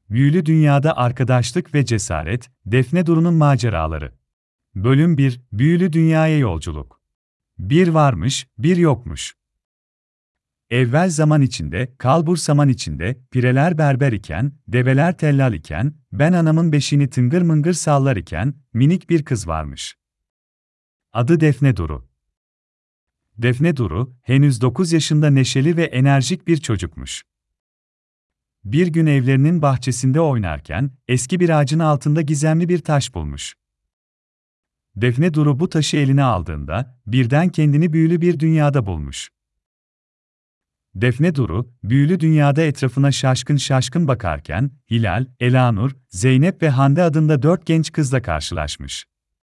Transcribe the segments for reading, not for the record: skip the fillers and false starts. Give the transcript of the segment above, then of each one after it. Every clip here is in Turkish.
Büyülü Dünyada Arkadaşlık ve Cesaret, Defne Duru'nun Maceraları. Bölüm 1, Büyülü Dünyaya Yolculuk. Bir varmış, bir yokmuş. Evvel zaman içinde, kalbur saman içinde, pireler berber iken, develer tellal iken, ben anamın beşiğini tıngır mıngır sallar iken, minik bir kız varmış. Adı Defne Duru. Defne Duru, henüz 9 yaşında neşeli ve enerjik bir çocukmuş. Bir gün evlerinin bahçesinde oynarken, eski bir ağacın altında gizemli bir taş bulmuş. Defne Duru bu taşı eline aldığında, birden kendini büyülü bir dünyada bulmuş. Defne Duru, büyülü dünyada etrafına şaşkın şaşkın bakarken, Hilal, Elanur, Zeynep ve Hande adında 4 genç kızla karşılaşmış.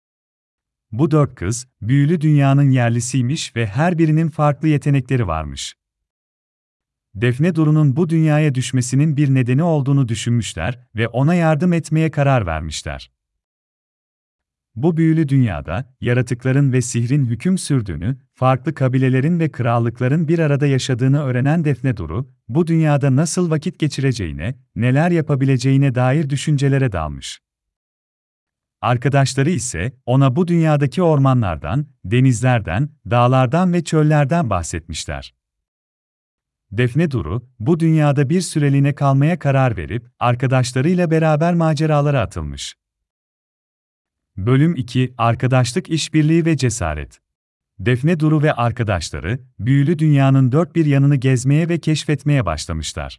Bu 4 kız, büyülü dünyanın yerlisiymiş ve her birinin farklı yetenekleri varmış. Defne Duru'nun bu dünyaya düşmesinin bir nedeni olduğunu düşünmüşler ve ona yardım etmeye karar vermişler. Bu büyülü dünyada, yaratıkların ve sihrin hüküm sürdüğünü, farklı kabilelerin ve krallıkların bir arada yaşadığını öğrenen Defne Duru, bu dünyada nasıl vakit geçireceğine, neler yapabileceğine dair düşüncelere dalmış. Arkadaşları ise, ona bu dünyadaki ormanlardan, denizlerden, dağlardan ve çöllerden bahsetmişler. Defne Duru, bu dünyada bir süreliğine kalmaya karar verip, arkadaşlarıyla beraber maceralara atılmış. Bölüm 2, Arkadaşlık, İşbirliği ve Cesaret. Defne Duru ve arkadaşları, büyülü dünyanın dört bir yanını gezmeye ve keşfetmeye başlamışlar.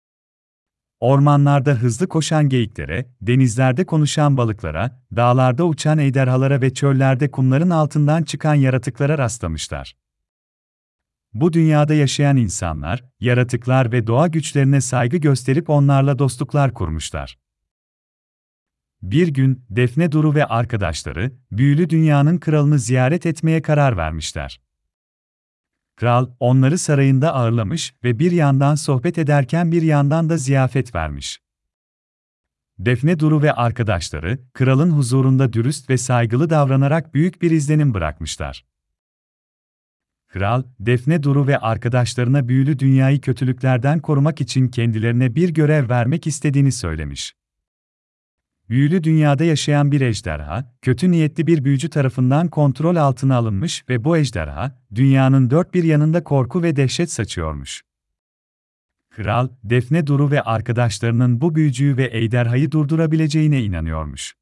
Ormanlarda hızlı koşan geyiklere, denizlerde konuşan balıklara, dağlarda uçan ejderhalara ve çöllerde kumların altından çıkan yaratıklara rastlamışlar. Bu dünyada yaşayan insanlar, yaratıklar ve doğa güçlerine saygı gösterip onlarla dostluklar kurmuşlar. Bir gün, Defne Duru ve arkadaşları, büyülü dünyanın kralını ziyaret etmeye karar vermişler. Kral, onları sarayında ağırlamış ve bir yandan sohbet ederken bir yandan da ziyafet vermiş. Defne Duru ve arkadaşları, kralın huzurunda dürüst ve saygılı davranarak büyük bir izlenim bırakmışlar. Kral, Defne Duru ve arkadaşlarına büyülü dünyayı kötülüklerden korumak için kendilerine bir görev vermek istediğini söylemiş. Büyülü dünyada yaşayan bir ejderha, kötü niyetli bir büyücü tarafından kontrol altına alınmış ve bu ejderha, dünyanın dört bir yanında korku ve dehşet saçıyormuş. Kral, Defne Duru ve arkadaşlarının bu büyücüyü ve ejderhayı durdurabileceğine inanıyormuş.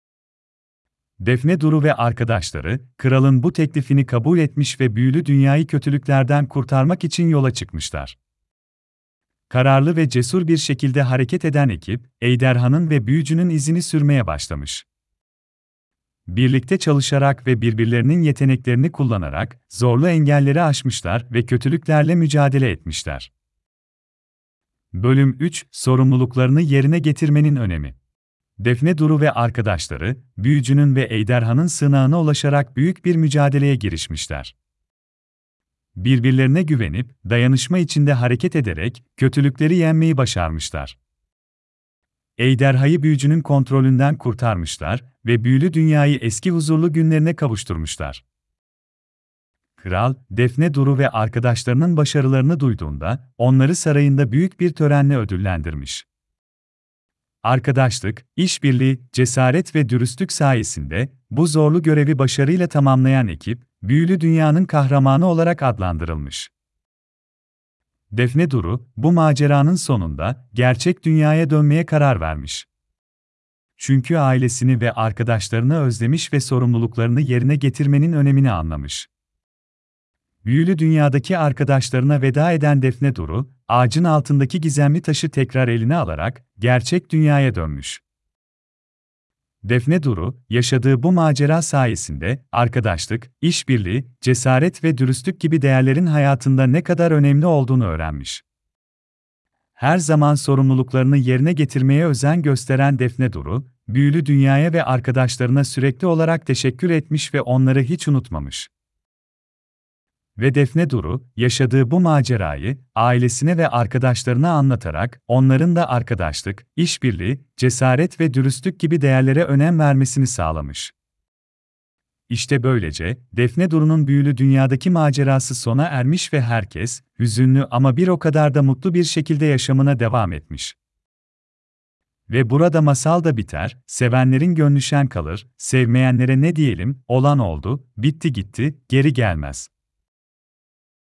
Defne Duru ve arkadaşları, kralın bu teklifini kabul etmiş ve büyülü dünyayı kötülüklerden kurtarmak için yola çıkmışlar. Kararlı ve cesur bir şekilde hareket eden ekip, ejderhanın ve büyücünün izini sürmeye başlamış. Birlikte çalışarak ve birbirlerinin yeteneklerini kullanarak, zorlu engelleri aşmışlar ve kötülüklerle mücadele etmişler. Bölüm 3, Sorumluluklarını yerine getirmenin önemi. Defne Duru ve arkadaşları, büyücünün ve ejderhanın sığınağına ulaşarak büyük bir mücadeleye girişmişler. Birbirlerine güvenip, dayanışma içinde hareket ederek, kötülükleri yenmeyi başarmışlar. Ejderhayı büyücünün kontrolünden kurtarmışlar ve büyülü dünyayı eski huzurlu günlerine kavuşturmuşlar. Kral, Defne Duru ve arkadaşlarının başarılarını duyduğunda, onları sarayında büyük bir törenle ödüllendirmiş. Arkadaşlık, işbirliği, cesaret ve dürüstlük sayesinde, bu zorlu görevi başarıyla tamamlayan ekip, büyülü dünyanın kahramanı olarak adlandırılmış. Defne Duru, bu maceranın sonunda, gerçek dünyaya dönmeye karar vermiş. Çünkü ailesini ve arkadaşlarını özlemiş ve sorumluluklarını yerine getirmenin önemini anlamış. Büyülü dünyadaki arkadaşlarına veda eden Defne Duru, ağacın altındaki gizemli taşı tekrar eline alarak, gerçek dünyaya dönmüş. Defne Duru, yaşadığı bu macera sayesinde, arkadaşlık, işbirliği, cesaret ve dürüstlük gibi değerlerin hayatında ne kadar önemli olduğunu öğrenmiş. Her zaman sorumluluklarını yerine getirmeye özen gösteren Defne Duru, büyülü dünyaya ve arkadaşlarına sürekli olarak teşekkür etmiş ve onları hiç unutmamış. Ve Defne Duru, yaşadığı bu macerayı, ailesine ve arkadaşlarına anlatarak, onların da arkadaşlık, işbirliği, cesaret ve dürüstlük gibi değerlere önem vermesini sağlamış. İşte böylece, Defne Duru'nun büyülü dünyadaki macerası sona ermiş ve herkes, hüzünlü ama bir o kadar da mutlu bir şekilde yaşamına devam etmiş. Ve burada masal da biter, sevenlerin gönlü şen kalır, sevmeyenlere ne diyelim, olan oldu, bitti gitti, geri gelmez.